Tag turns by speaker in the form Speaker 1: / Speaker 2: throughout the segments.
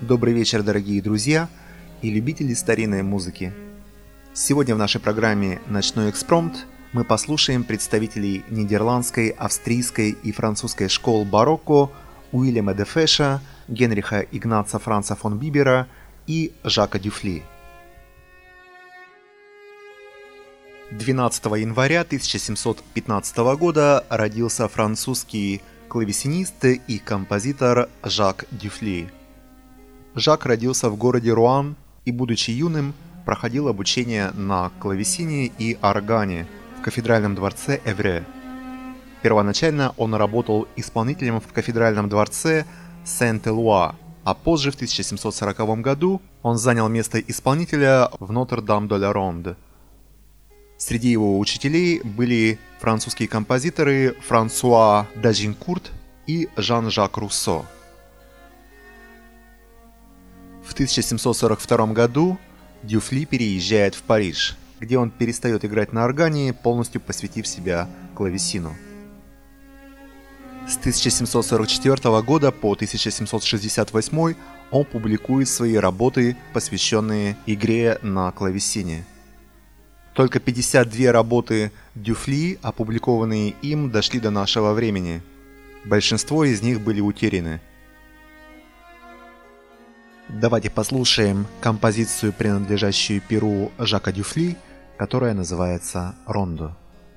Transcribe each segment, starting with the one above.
Speaker 1: Добрый вечер, дорогие друзья и любители старинной музыки. Сегодня в нашей программе «Ночной экспромт» мы послушаем представителей нидерландской, австрийской и французской школ барокко Уильяма де Феша, Генриха Игнаца Франца фон Бибера и Жака Дюфли. 12 января 1715 года родился французский клавесинист и композитор Жак Дюфли. Жак родился в городе Руан и, будучи юным, проходил обучение на клавесине и органе в кафедральном дворце Эвре. Первоначально он работал исполнителем в кафедральном дворце Сент-Элуа, а позже, в 1740 году, он занял место исполнителя в Нотр-Дам-де-ла-Ронде. Среди его учителей были французские композиторы Франсуа д'Ажинкурт и Жан-Жак Руссо. В 1742 году Дюфли переезжает в Париж, где он перестает играть на органе, полностью посвятив себя клавесину. С 1744 года по 1768 он публикует свои работы, посвященные игре на клавесине. Только 52 работы Дюфли, опубликованные им, дошли до нашего времени. Большинство из них были утеряны. Давайте послушаем композицию, принадлежащую перу Жака Дюфли, которая называется «Рондо».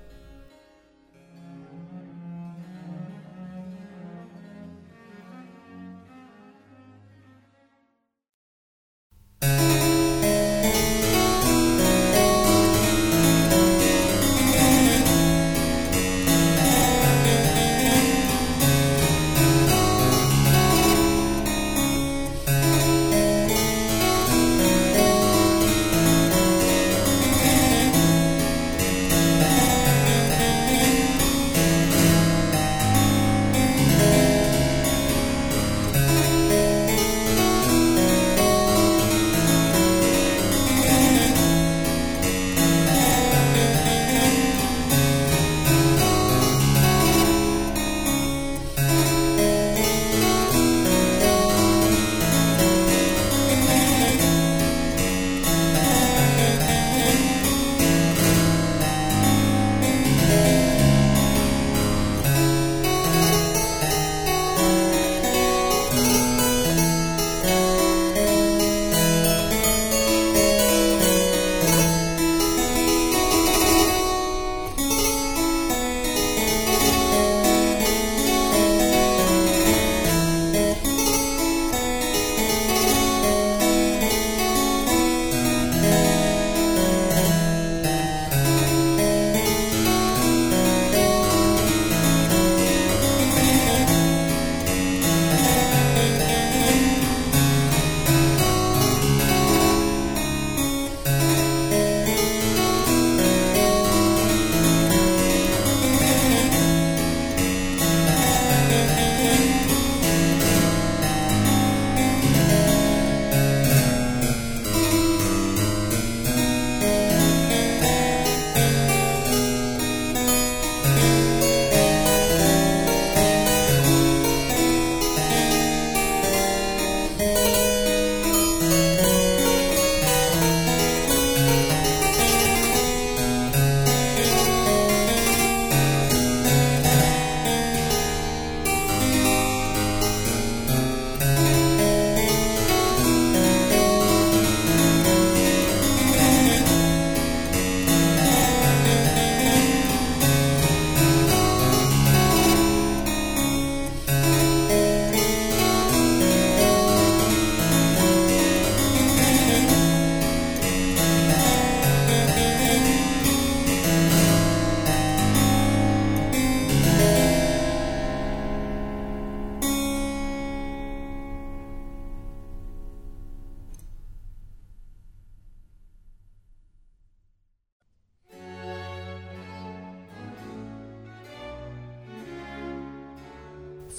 Speaker 1: В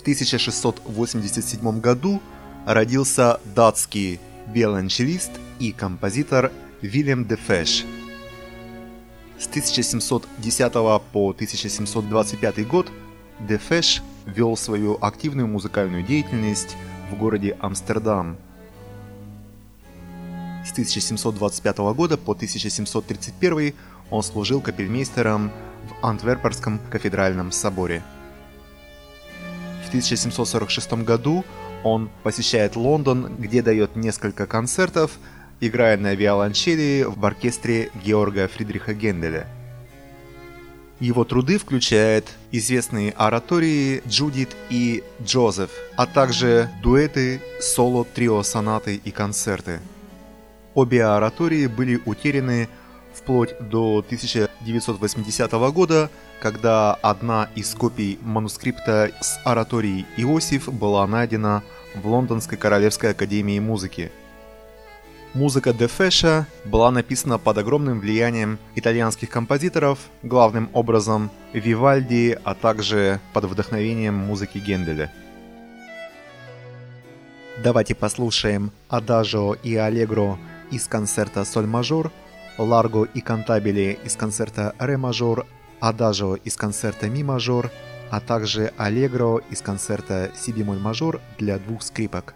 Speaker 1: 1687 году родился датский виолончелист и композитор Вильям де Феш. С 1710 по 1725 год де Феш вел свою активную музыкальную деятельность в городе Амстердам, С 1725 года по 1731 он служил капельмейстером в Антверпенском кафедральном соборе. В 1746 году он посещает Лондон, где дает несколько концертов, играя на виолончели в оркестре Георга Фридриха Генделя. Его труды включают известные оратории «Джудит» и «Джозеф», а также дуэты, соло, трио, сонаты и концерты. Обе оратории были утеряны вплоть до 1980 года, когда одна из копий манускрипта с ораторией «Иосиф» была найдена в Лондонской Королевской академии музыки. Музыка де Феша была написана под огромным влиянием итальянских композиторов, главным образом Вивальди, а также под вдохновением музыки Генделя. Давайте послушаем «Адажио и Аллегро» из концерта «Соль мажор», «Ларго и Кантабиле» из концерта «Ре мажор», «Адажио» из концерта «Ми мажор», а также «Аллегро» из концерта «Си бемоль мажор» для двух скрипок.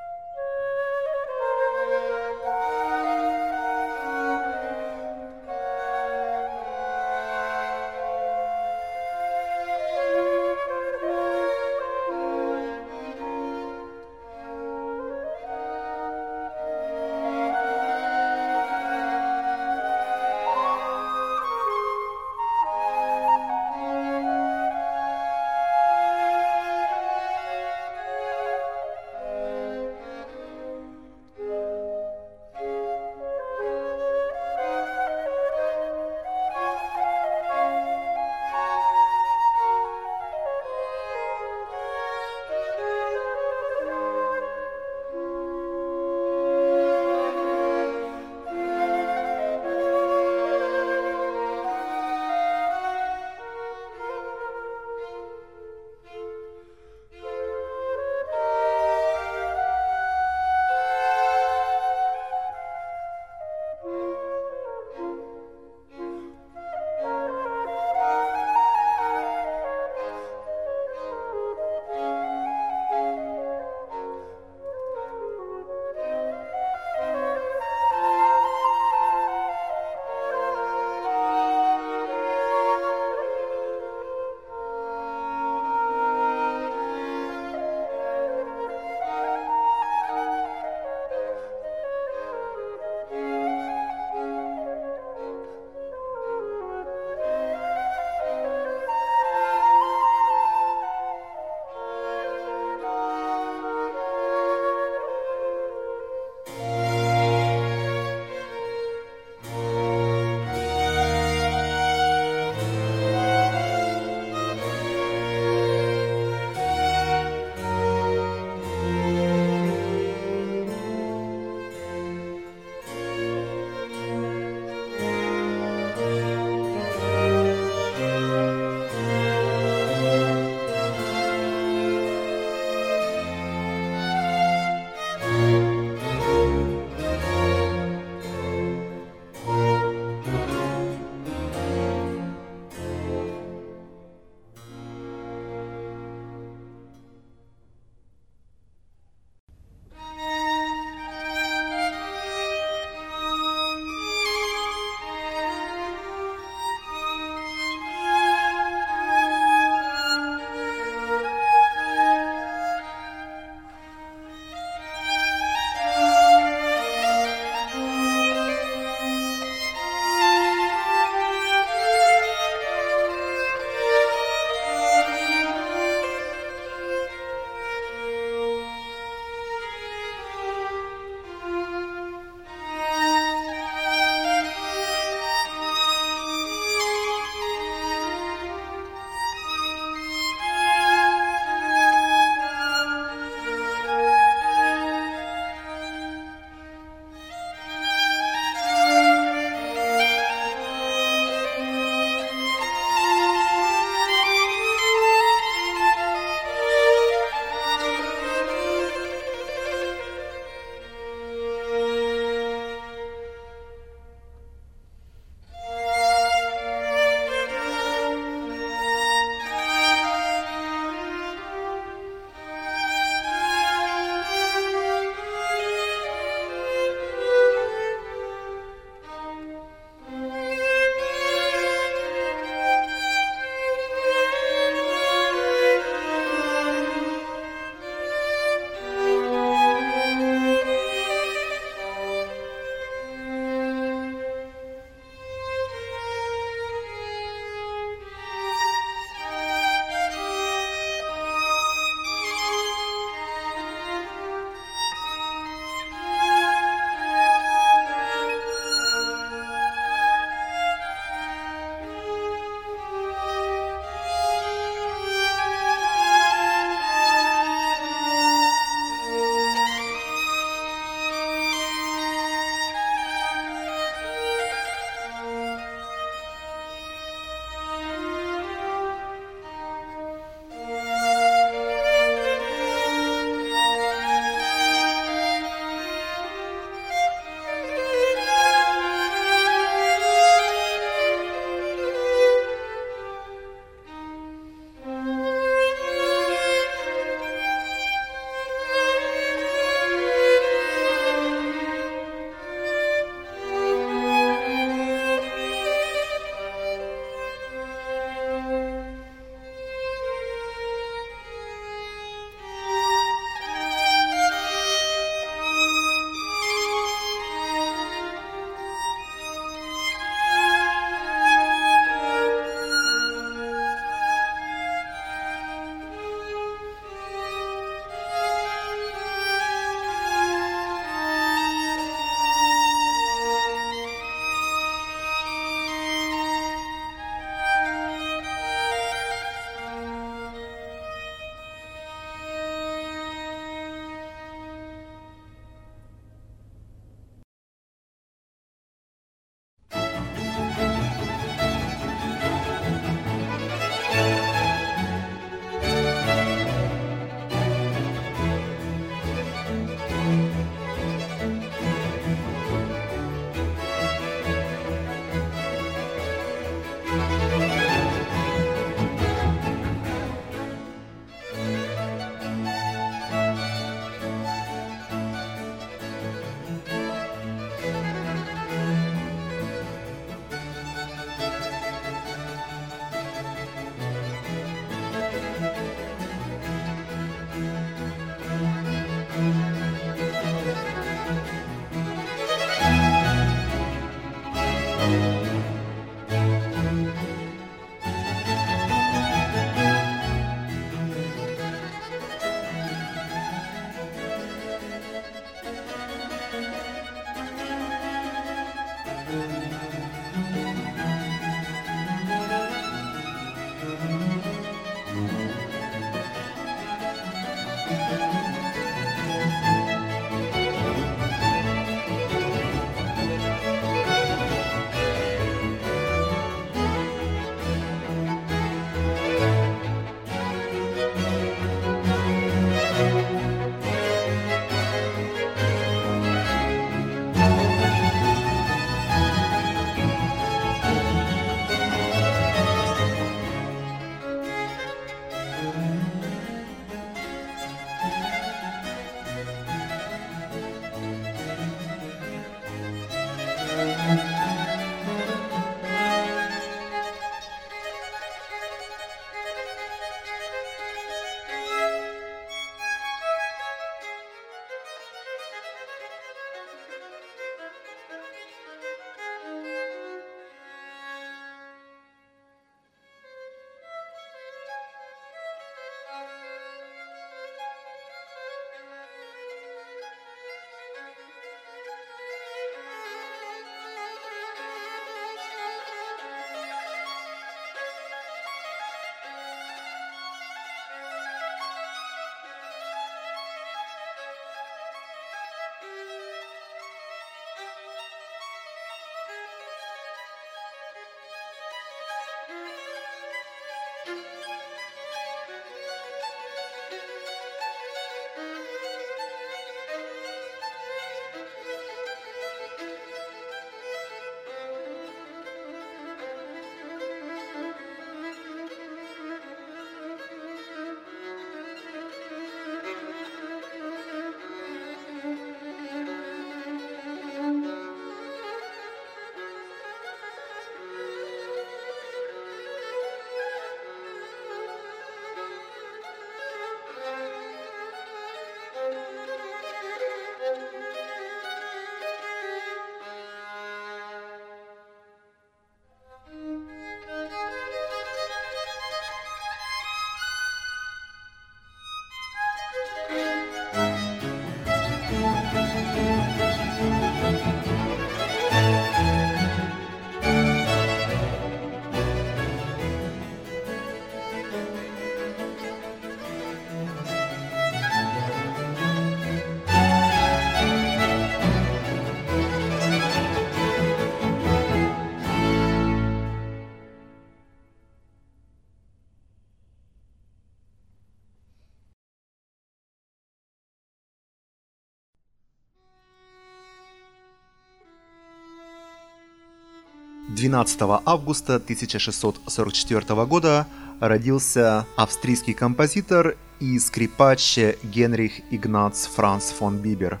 Speaker 1: 12 августа 1644 года родился австрийский композитор и скрипач Генрих Игнац Франц фон Бибер.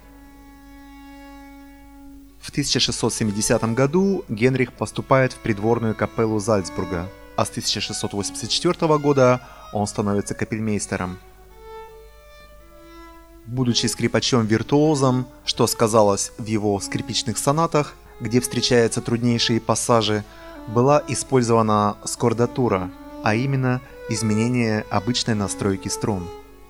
Speaker 1: В 1670 году Генрих поступает в придворную капеллу Зальцбурга, а с 1684 года он становится капельмейстером. Будучи скрипачом-виртуозом, что сказалось в его скрипичных сонатах, где встречаются труднейшие пассажи, была использована скордатура, а именно изменение обычной настройки струн.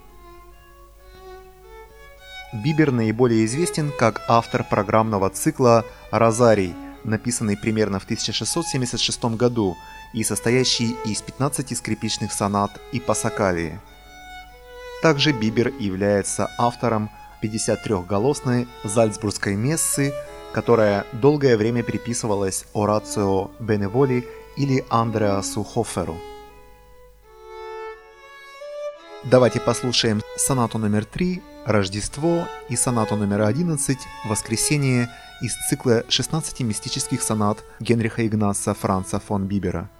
Speaker 1: Бибер наиболее известен как автор программного цикла «Розарий», написанный примерно в 1676 году и состоящий из 15 скрипичных сонат и пассакалии. Также Бибер является автором 53-голосной зальцбургской мессы, которая долгое время приписывалась Орацио Беневоли или Андреасу Хофферу. Давайте послушаем сонату номер 3 «Рождество» и сонату номер 11 «Воскресение» из цикла 16 мистических сонат Генриха Игнаца Франца фон Бибера.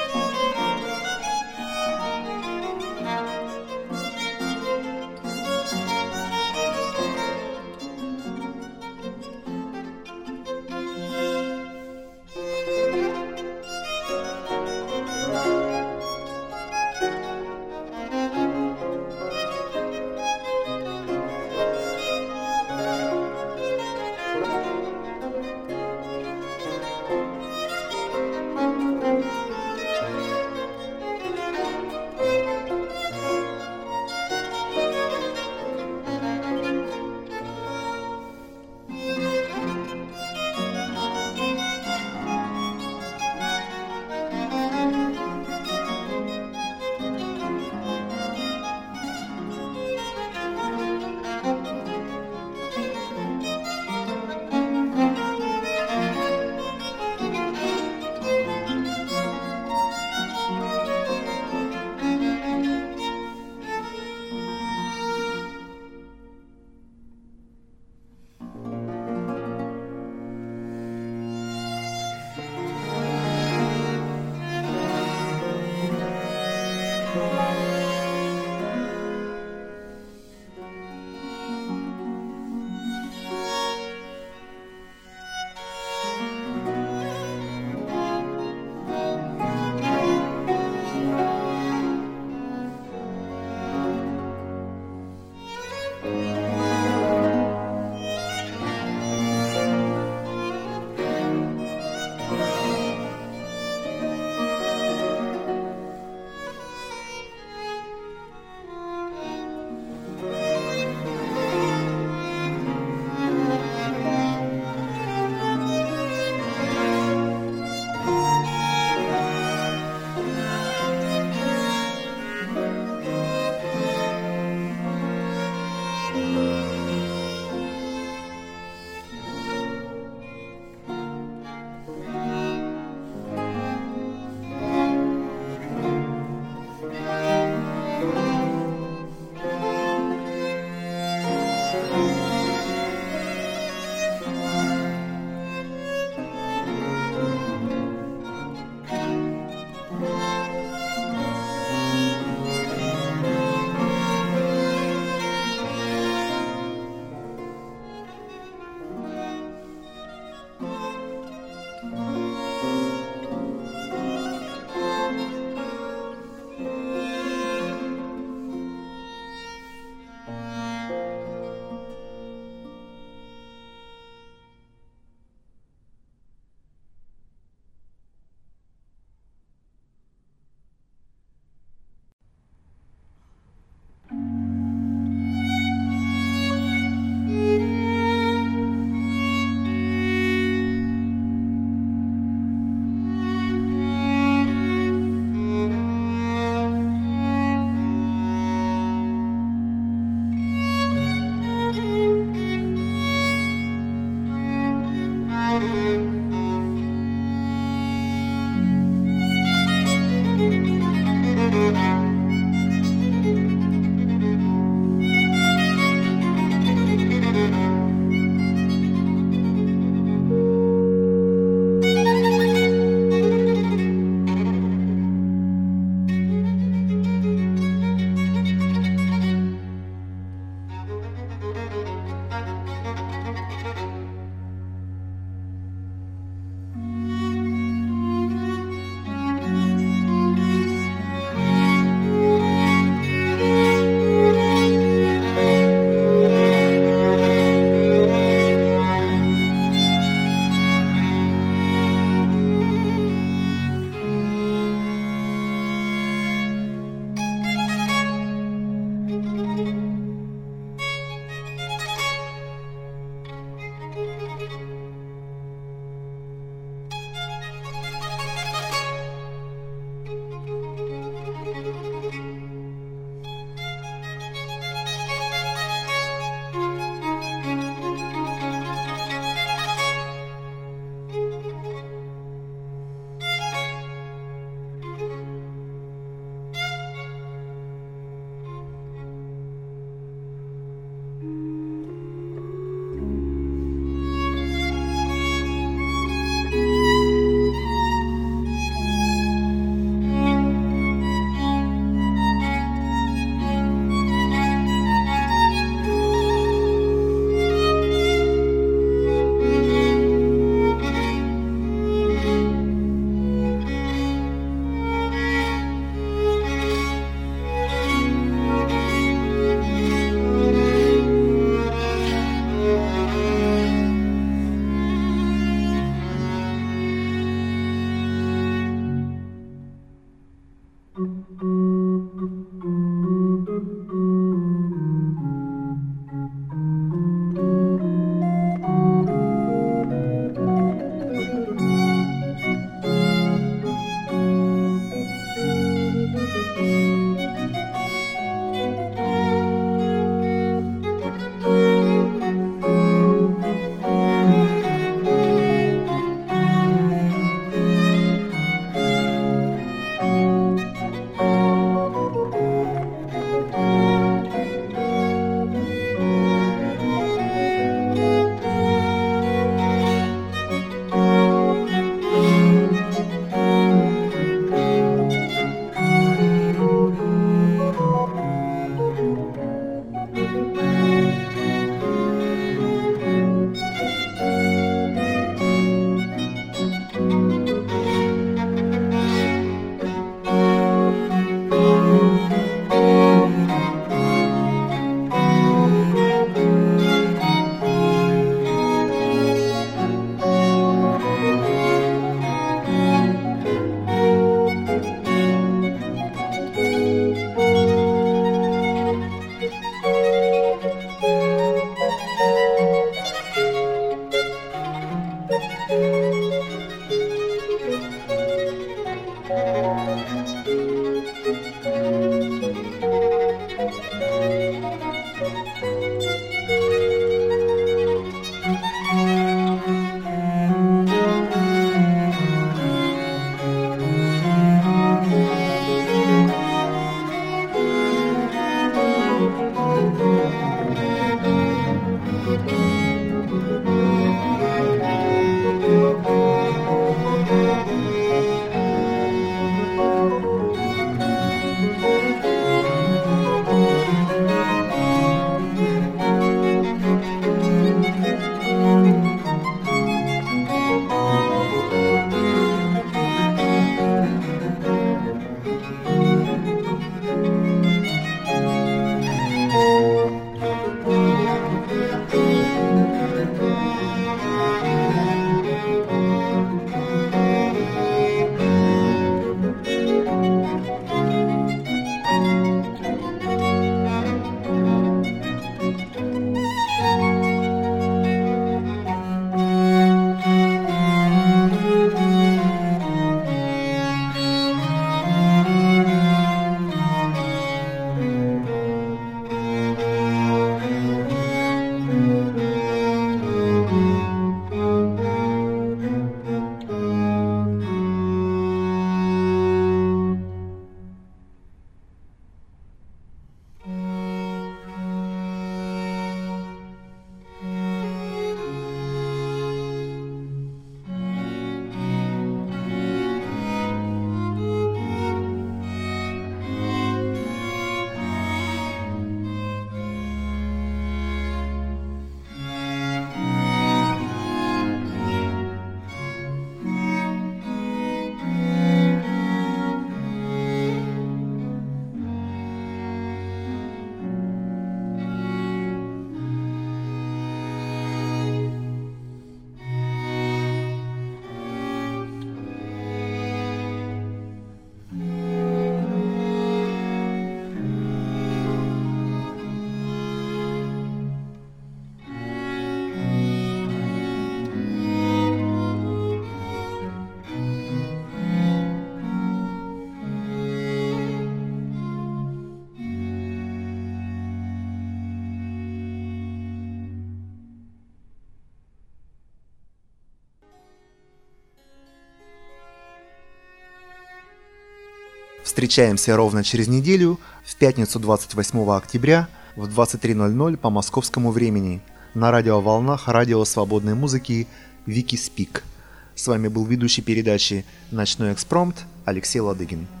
Speaker 1: Встречаемся ровно через неделю, в пятницу 28 октября в 23:00 по московскому времени на радиоволнах радио свободной музыки Wiki Speak. С вами был ведущий передачи «Ночной экспромт» Алексей Ладыгин.